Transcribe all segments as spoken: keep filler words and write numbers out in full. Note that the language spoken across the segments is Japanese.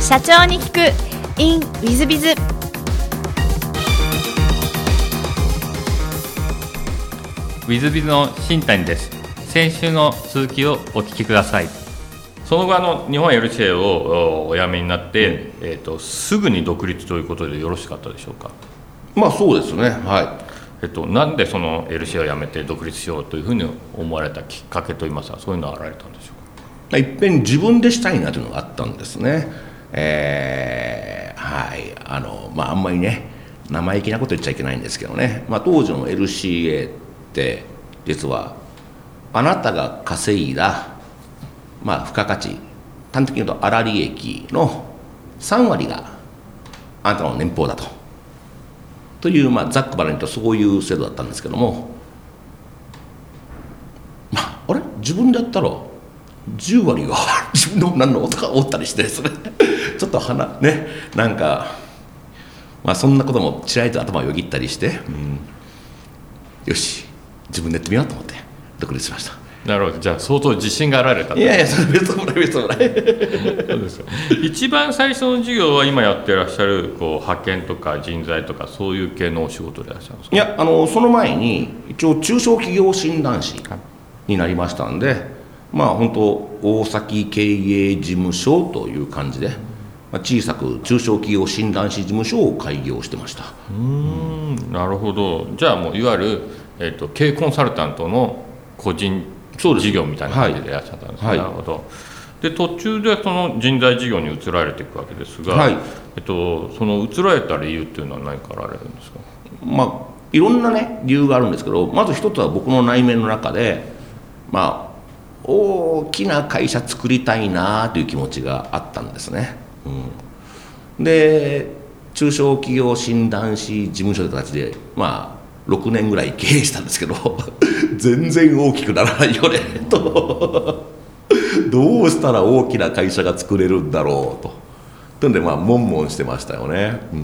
社長に聞く in ウィズビズ。 ウィズビズの新谷です。先週の続きをお聞きください。その後あの日本 エルシーエー をお辞めになって、うん、えーと、すぐに独立ということでよろしかったでしょうか。 まあそうですね、はい。 えっと、なんでその エルシーエー を辞めて独立しようというふうに思われたきっかけといいますか、そういうのはあられたんでしょうか。 いっぺん自分でしたいなというのがあったんですね。えー、はいあのまああんまりね生意気なこと言っちゃいけないんですけどね、まあ、当時の エルシーエー って実はあなたが稼いだ、まあ、付加価値、端的に言うと粗利益のさんわりがあなたの年俸だとという、まあ、ざっくばらんに言うとそういう制度だったんですけども、まあ、あれ自分でやったらじゅうわりが自分でも何のとか思ったりしてですねちょっと鼻ねなんか、まあ、そんなこともちらりと頭をよぎったりして、うん、よし自分でやってみようと思って独立しました。 なるほど。じゃあ相当自信があられた。 いやいや、それ別もない別もないそうですか。一番最初の授業は今やってらっしゃるこう派遣とか人材とかそういう系のお仕事でいらっしゃるんですか。 いやあのその前に一応中小企業診断士になりましたんで、まあ本当大崎経営事務所という感じで、まあ、小さく中小企業診断士事務所を開業してました。 うーん、なるほど。じゃあもういわゆる、えーと、経営コンサルタントの個人事業みたいな感じでいらっしゃったんですね。はい、なるほど。で途中でその人材事業に移られていくわけですが、はい、えっと、その移られた理由っていうのは何かあられるんですか。 まあいろんなね理由があるんですけど、まず一つは僕の内面の中でまあ大きな会社作りたいなという気持ちがあったんですね、うん、で中小企業診断士事務所という形でまあろくねんぐらい経営したんですけど全然大きくならないよねとどうしたら大きな会社が作れるんだろうとというのでまあ悶々してましたよね、うん、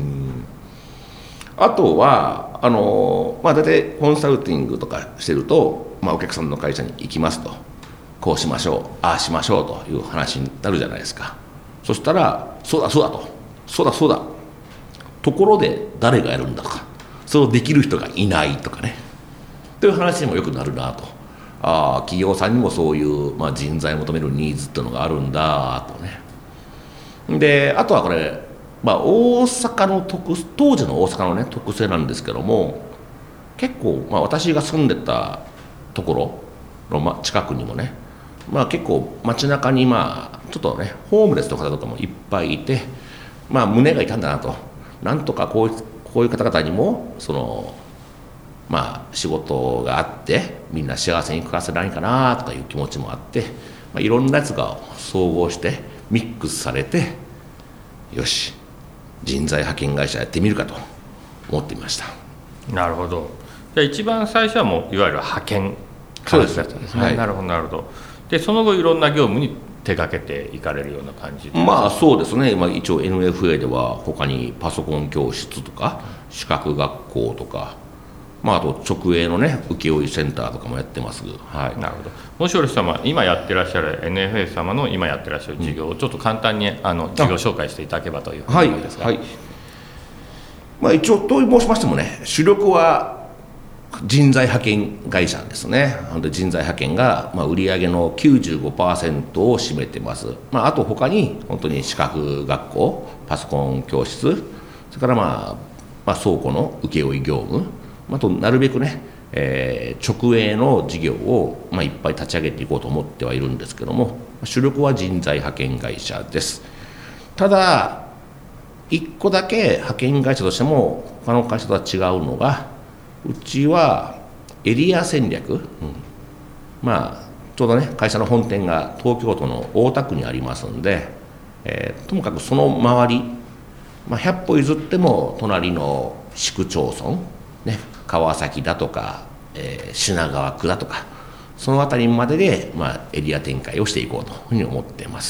あとはあの、まあ、大体コンサルティングとかしてると、まあ、お客さんの会社に行きますとこうしましょうああしましょうという話になるじゃないですか。そしたらそうだそうだとそうだそうだところで誰がやるんだとかそうできる人がいないとかねという話にもよくなるなと。ああ企業さんにもそういう、まあ、人材を求めるニーズっていうのがあるんだとね。であとはこれ、まあ、大阪の特当時の大阪のね特性なんですけども結構、まあ、私が住んでたところの、まあ、近くにもねまあ、結構街中にまあちょっとねホームレスの方とかもいっぱいいて、まあ、胸が痛んだなとなんとかこういうこういう方々にもそのまあ仕事があってみんな幸せに暮らせないかなとかいう気持ちもあって、まあ、いろんなやつが総合してミックスされてよし人材派遣会社やってみるかと思ってみました。 なるほど。じゃあ一番最初はもういわゆる派遣そうです、 だったんですね、はい、なるほどなるほど。でその後いろんな業務に手掛けていかれるような感じで。 まあそうですね、まあ、一応 エヌエフエー では他にパソコン教室とか資格学校とか、まあ、あと直営のね請負センターとかもやってます、はい、 なるほど。もしよろし様今やってらっしゃる エヌエフエー 様の今やってらっしゃる事業をちょっと簡単にあの事業紹介していただければというふうに思うんですが、 はいはい、まあ、一応と申しましてもね主力は人材派遣会社ですね。人材派遣が、まあ、売上の きゅうじゅうごパーセント を占めてます、まあ、あと他に本当に資格学校パソコン教室それから、まあ、まあ倉庫の請負業務あとなるべくね、えー、直営の事業を、まあ、いっぱい立ち上げていこうと思ってはいるんですけども主力は人材派遣会社です。ただいっこだけ派遣会社としても他の会社とは違うのがうちはエリア戦略、うん、まあちょうどね会社の本店が東京都の大田区にありますんで、えー、ともかくその周り、まあ、ひゃっぽ譲っても隣の市区町村、ね、川崎だとか、えー、品川区だとかその辺りまでで、まあ、エリア展開をしていこうというふうに思っています。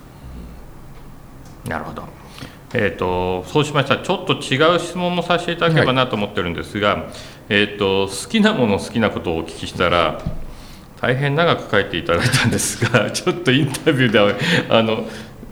なるほど。えー、とそうしましたらちょっと違う質問もさせていただければなと思ってるんですが、はい、えー、と好きなもの好きなことをお聞きしたら大変長く書いていただいたんですがちょっとインタビューではあの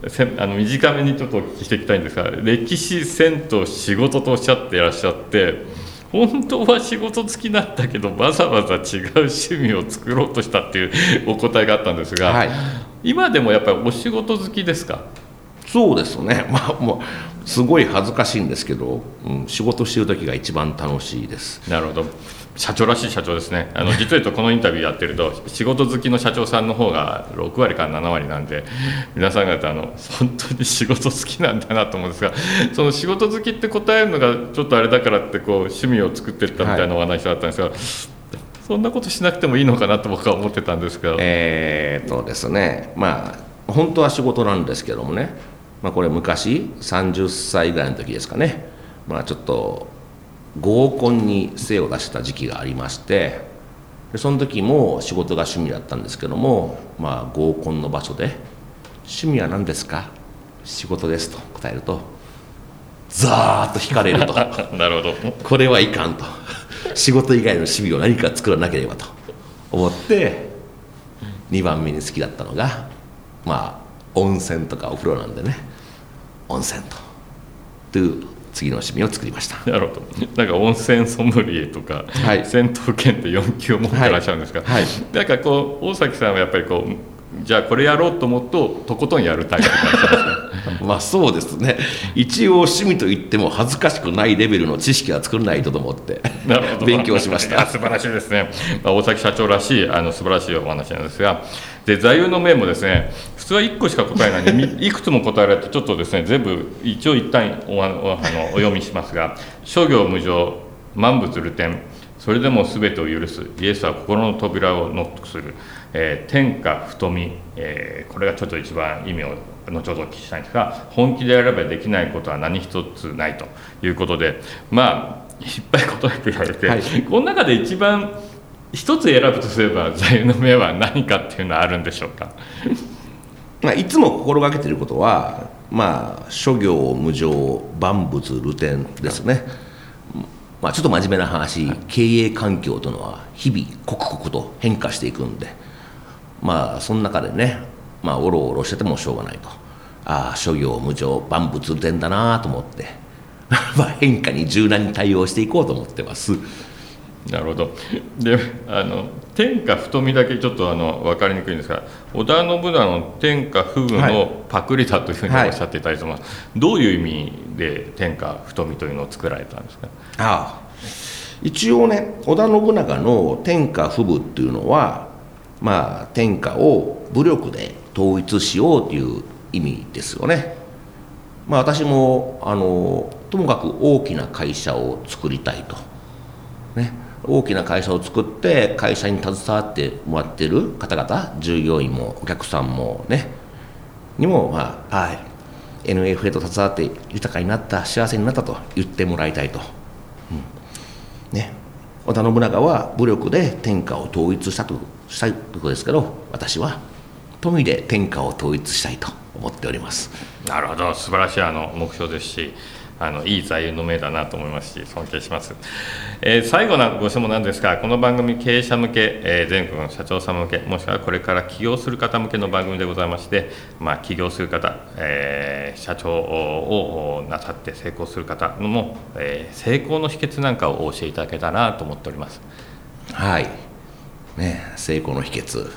せあの短めにちょっとお聞きしていきたいんですが、歴史、銭湯、仕事とおっしゃっていらっしゃって、本当は仕事好きなんだけどわざわざ違う趣味を作ろうとしたっていうお答えがあったんですが、はい、今でもやっぱりお仕事好きですか？ そうですね、まあ、もうすごい恥ずかしいんですけど、うん、仕事してる時が一番楽しいです。 なるほど、社長らしい社長ですね。あの実を言うとこのインタビューやってると仕事好きの社長さんの方がろくわりからななわりなんで、皆さん方あの本当に仕事好きなんだなと思うんですが、その仕事好きって答えるのがちょっとあれだからってこう趣味を作っていったみたいなお話だったんですが、はい、そんなことしなくてもいいのかなと僕は思ってたんですけど。 えーっとですね、まあ本当は仕事なんですけどもね、まあ、これ昔さんじゅっさいぐらいの時ですかね、まあ、ちょっと合コンに精を出した時期がありまして、でその時も仕事が趣味だったんですけども、まあ、合コンの場所で「趣味は何ですか？仕事です」と答えるとザーッと引かれるとなるほど、 これはいかんと仕事以外の趣味を何か作らなければと思ってにばんめに好きだったのが、まあ温泉とかお風呂なんでね、温泉とという次の趣味を作りました。 なるほど、なんか温泉ソムリエとか、はい、銭湯検定よんきゅうを持ってらっしゃるんですが、はいはい、なんかこう大崎さんはやっぱりこうじゃあこれやろうと思うととことんやるタイプなんですか？ まあそうですね、一応趣味といっても恥ずかしくないレベルの知識は作らないとと思ってなるほど勉強しました。 素晴らしいですね、まあ、大崎社長らしいあの素晴らしいお話なんですが、で座右の銘もですね、普通はいっこしか答えないのにいくつも答えられてちょっとですね全部一応一旦 お, お, あのお読みしますが、諸行無常、万物流転、それでも全てを許す、イエスは心の扉をノックする、えー、天下太み、えー、これがちょっと一番意味を後ほどお聞きしたいんですが、本気でやればできないことは何一つないということで、まあいっぱい答えていられて、はい、この中で一番一つ選ぶとすれば座右の銘は何かっていうのはあるんでしょうか？ まあいつも心がけていることは、まあ諸行無常、万物流転ですね。まあ、ちょっと真面目な話、経営環境というのは日々刻々と変化していくんで、まあその中でね、まあおろおろしててもしょうがないと、ああ諸行無常、万物流転だなと思ってまあ変化に柔軟に対応していこうと思ってます。 なるほど。で、あの天下太みだけちょっとあの分かりにくいんですが、織田信長の天下不武のパクリだというふうにおっしゃっていたりします、はい、どういう意味で天下太みというのを作られたんですか？ ああ、一応ね、織田信長の天下不武っていうのは、まあ天下を武力で統一しようという意味ですよね。まあ私もあのともかく大きな会社を作りたいとね、大きな会社を作って会社に携わってもらっている方々、従業員もお客さんもねにも、まあ、はい、エヌエフエー と携わって豊かになった、幸せになったと言ってもらいたいと、うんね、織田信長は武力で天下を統一したとしたいということですけど、私は富で天下を統一したいと思っております。 なるほど、素晴らしいあの目標ですし、あのいい座右の銘だなと思いますし尊敬します、えー、最後のご質問なんですが、この番組経営者向け、えー、全国の社長さん向け、もしくはこれから起業する方向けの番組でございまして、まあ、起業する方、えー、社長をなさって成功する方のも、えー、成功の秘訣なんかをお教えいただけたらなと思っております。 はいね、成功の秘訣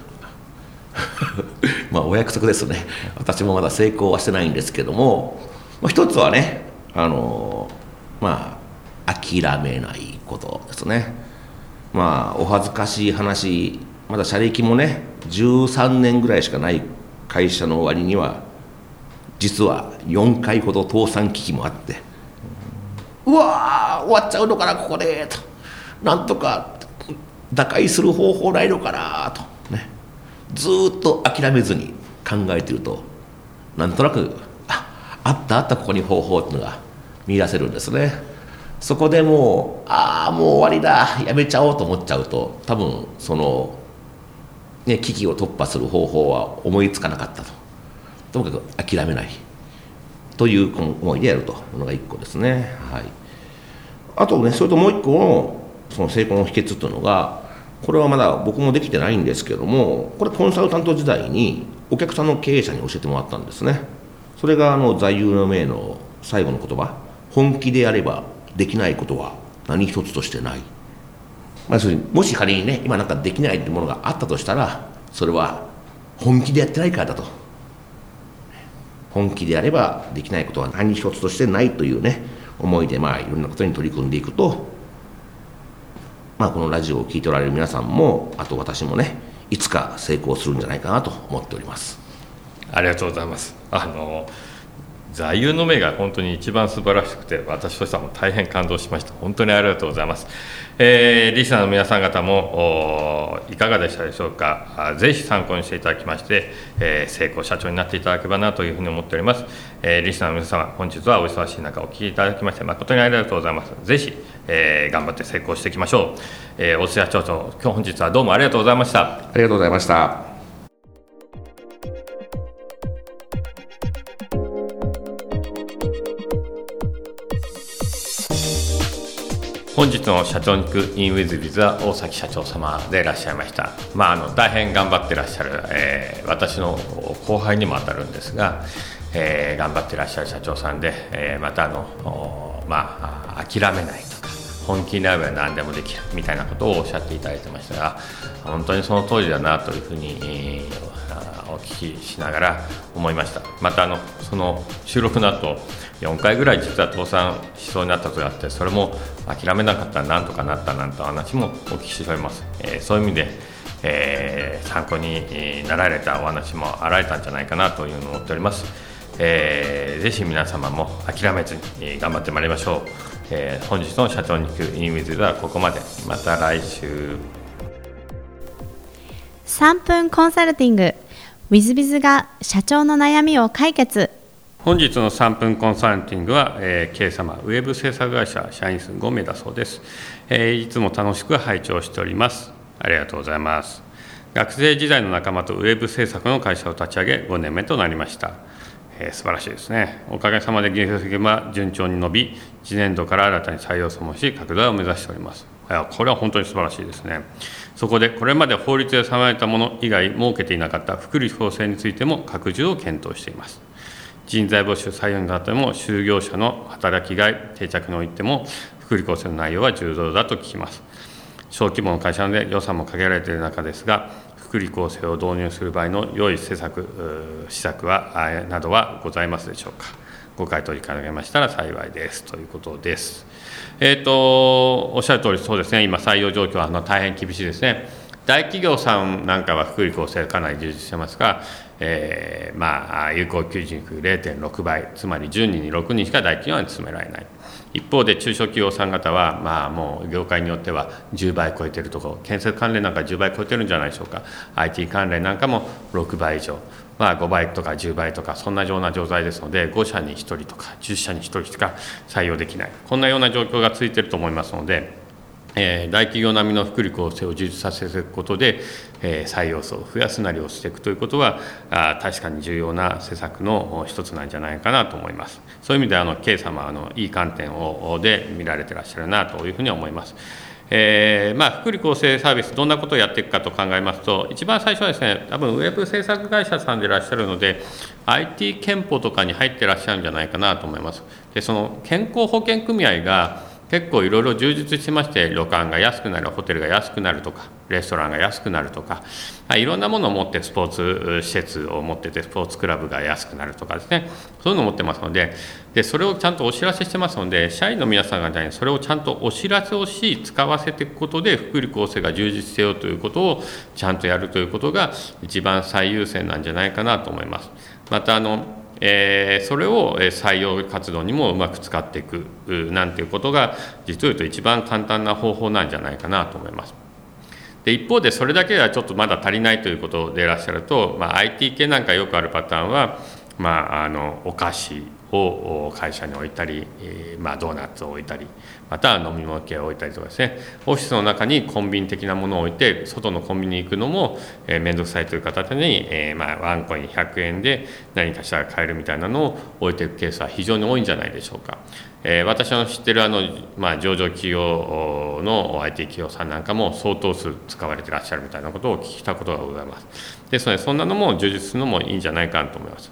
まあお約束ですね。私もまだ成功はしてないんですけども、まあ、一つはね、あのまあ諦めないことですね。まあお恥ずかしい話、まだ社歴もねじゅうさんねんぐらいしかない会社の割には、実はよんかいほど倒産危機もあって、うわー終わっちゃうのかなここでと、なんとか打開する方法ないのかなとね、ずーっと諦めずに考えていると、なんとなくああったあったここに方法っていうのが見出せるんですね。そこでもうああもう終わりだやめちゃおうと思っちゃうと、多分その、ね、危機を突破する方法は思いつかなかったと。ともかく諦めないという思いでやるというのがいっこですね。はい、あとね、それともういっこのその成功の秘訣というのが、これはまだ僕もできてないんですけども、これコンサルタント時代にお客さんの経営者に教えてもらったんですね。 それがあの座右の銘の最後の言葉、本気でやればできないことは何一つとしてない。まあ、もし仮にね今なんかできないってものがあったとしたら、それは本気でやってないからだと。本気でやればできないことは何一つとしてないというね思いで、まあいろんなことに取り組んでいくと、まあこのラジオを聞いておられる皆さんも、あと私もね、いつか成功するんじゃないかなと思っております。 ありがとうございます。あの座右の銘が本当に一番素晴らしくて、私としてはもう大変感動しました。本当にありがとうございます。えー、リスナーの皆さん方もいかがでしたでしょうか。ぜひ参考にしていただきまして、えー、成功社長になっていただければなというふうに思っております。えー、リスナーの皆様、本日はお忙しい中お聞きいただきまして誠にありがとうございます。ぜひ、えー、頑張って成功していきましょう。えー、大津社長と今日本日はどうもありがとうございました。 ありがとうございました。 本日の社長に行く イン ウィズ ウィズは大崎社長様でいらっしゃいました。まあ、あの大変頑張ってらっしゃる、えー、私の後輩にも当たるんですが、えー、頑張ってらっしゃる社長さんで、えー、またあの、まあ、諦めないとか本気になれば何でもできるみたいなことをおっしゃっていただいてましたが、本当にその通りだなというふうに、えー、お聞きしながら思いました。またあのその収録の後よんかいぐらい実は倒産しそうになった時があって、それも諦めなかったらなんとかなったなんて話もお聞きしております。えー、そういう意味で、えー、参考になられたお話もあられたんじゃないかなというのを思っております。えー、ぜひ皆様も諦めずに頑張ってまいりましょう。えー、本日の社長に行く イン ウィズ はここまで。また来週。 さんぷんコンサルティング ウィズビズ が社長の悩みを解決。 本日のさんぷんコンサルティングは、えー、K 様ウェブ制作会社社員数ごめいだそうです。えー、いつも楽しく拝聴しております。ありがとうございます。学生時代の仲間とウェブ制作の会社を立ち上げごねんめとなりました。えー、素晴らしいですね。おかげさまで業績は順調に伸び、次年度から新たに採用もし拡大を目指しております。いや、これは本当に素晴らしいですね。そこでこれまで法律で定められたもの以外設けていなかった福利厚生についても拡充を検討しています。人材募集採用にあっても就業者の働きがい定着においても福利厚生の内容は重要だと聞きます。小規模の会社で予算も限られている中ですが、福利厚生を導入する場合の良い施策施策はなどはございますでしょうか。ご回答いただけましたら幸いですということです。えーとおっしゃる通りそうですね。今採用状況はあの大変厳しいですね。大企業さんなんかは福利厚生かなり充実してますが、えー、まあ有効求人率 れいてんろく 倍、つまりじゅうにんにろくにんしか大企業に勤められない。一方で中小企業さん方は、まあ、もう業界によってはじゅうばい超えているところ、建設関連なんかじゅうばい超えてるんじゃないでしょうか。 アイティー 関連なんかもろくばい以上、まあ、ごばいとかじゅうばいとかそんなような状態ですので、ごしゃにひとりとかじゅっしゃにひとりしか採用できない、こんなような状況が続いていると思いますので、えー、大企業並みの福利厚生を充実させていくことで、えー、採用数を増やすなりをしていくということはあ確かに重要な施策の一つなんじゃないかなと思います。そういう意味であの K 様はあのいい観点をで見られていらっしゃるなというふうに思います。えーまあ、福利厚生サービスどんなことをやっていくかと考えますと、一番最初はですね、多分ウェブ制作会社さんでいらっしゃるので アイティー 憲法とかに入っていらっしゃるんじゃないかなと思います。でその健康保険組合が結構いろいろ充実してまして、旅館が安くなる、ホテルが安くなるとか、レストランが安くなるとか、いろんなものを持ってスポーツ施設を持っててスポーツクラブが安くなるとかですね、そういうのを持ってますので、でそれをちゃんとお知らせしてますので、社員の皆さんがそれをちゃんとお知らせをし使わせていくことで福利厚生が充実せよということをちゃんとやるということが一番最優先なんじゃないかなと思います。またあのえー、それを採用活動にもうまく使っていくなんていうことが実を言うと一番簡単な方法なんじゃないかなと思います。で一方でそれだけではちょっとまだ足りないということでいらっしゃると、まあ、アイティー 系なんかよくあるパターンは、まあ、あのお菓子を会社に置いたり、えーまあ、ドーナツを置いたり、または飲み物系を置いたりとかですね、オフィスの中にコンビニ的なものを置いて外のコンビニに行くのも面倒、えー、くさいという形に、えーまあ、ワンコインひゃくえんで何かしら買えるみたいなのを置いていくケースは非常に多いんじゃないでしょうか。えー、私の知ってるあの、まあ、上場企業の アイティー 企業さんなんかも相当数使われていらっしゃるみたいなことを聞いたことがございます。ですのでそんなのも充実するのもいいんじゃないかなと思います。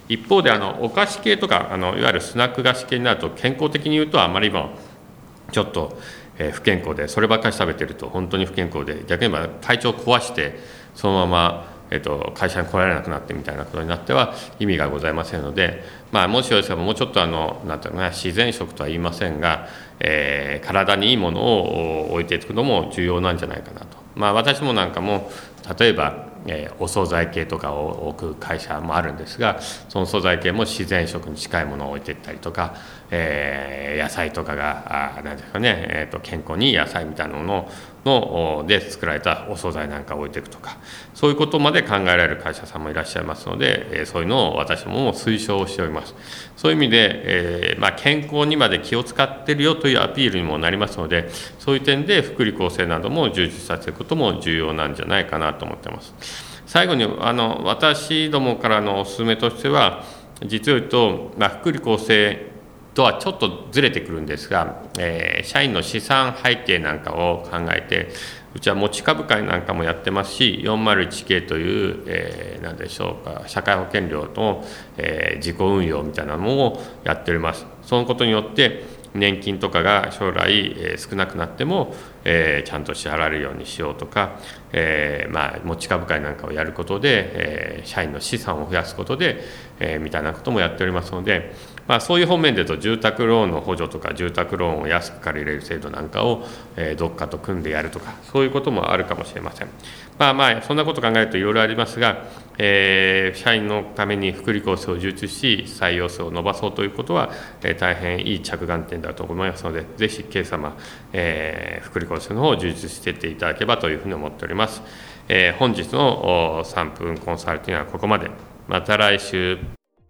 一方であのお菓子系とかあのいわゆるスナック菓子系になると健康的に言うとあまりにもちょっと、えー、不健康でそればっかり食べてると本当に不健康で逆に言えば体調を壊してそのままえっと、会社に来られなくなってみたいなことになっては意味がございませんので、まあ、もしよろしければもうちょっとあのなんていうのかな自然食とは言いませんが、えー、体にいいものを置いていくのも重要なんじゃないかなと。まあ、私もなんかも例えば、えー、お惣菜系とかを置く会社もあるんですがその素材系も自然食に近いものを置いていったりとか、えー、野菜とかがあなんですかね、えー、と健康にいい野菜みたいなものので作られたお惣菜なんかを置いていくとかそういうことまで考えられる会社さんもいらっしゃいますので、えー、そういうのを私どもも推奨しております。そういう意味で、えーまあ、健康にまで気を使ってるよというアピールにもなりますのでそういう点で福利厚生なども充実させることも重要なんじゃないかなと思っています。最後にあの私どもからのお勧めとしては実を言うと、まあ、福利厚生とはちょっとずれてくるんですが、えー、社員の資産背景なんかを考えてうちは持ち株会なんかもやってますし よんまるいちケー という、えー、何でしょうか社会保険料の、えー、自己運用みたいなのをやっております。そのことによって年金とかが将来、えー、少なくなっても、えー、ちゃんと支払われるようにしようとか、えーまあ、持ち株会なんかをやることで、えー、社員の資産を増やすことで、えー、みたいなこともやっておりますので、まあ、そういう方面で言うと住宅ローンの補助とか住宅ローンを安く借りれる制度なんかを、えー、どっかと組んでやるとかそういうこともあるかもしれません。まあまあそんなこと考えるといろいろありますが、えー、社員のために福利厚生を充実し採用数を伸ばそうということは、えー、大変いい着眼点だと思いますのでぜひ皆様、えー、福利厚生の方を充実していっていただければというふうに思っております。えー、本日のさんぷんコンサルティングはここまで。また来週。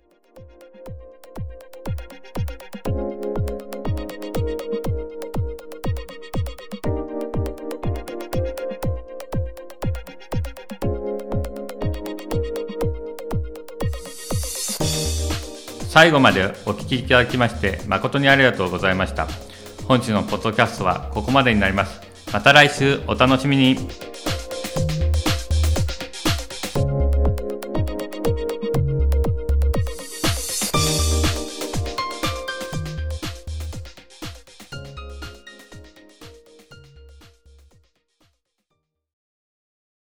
最後までお聞きいただきまして誠にありがとうございました。本日のポッドキャストはここまでになります。また来週お楽しみに。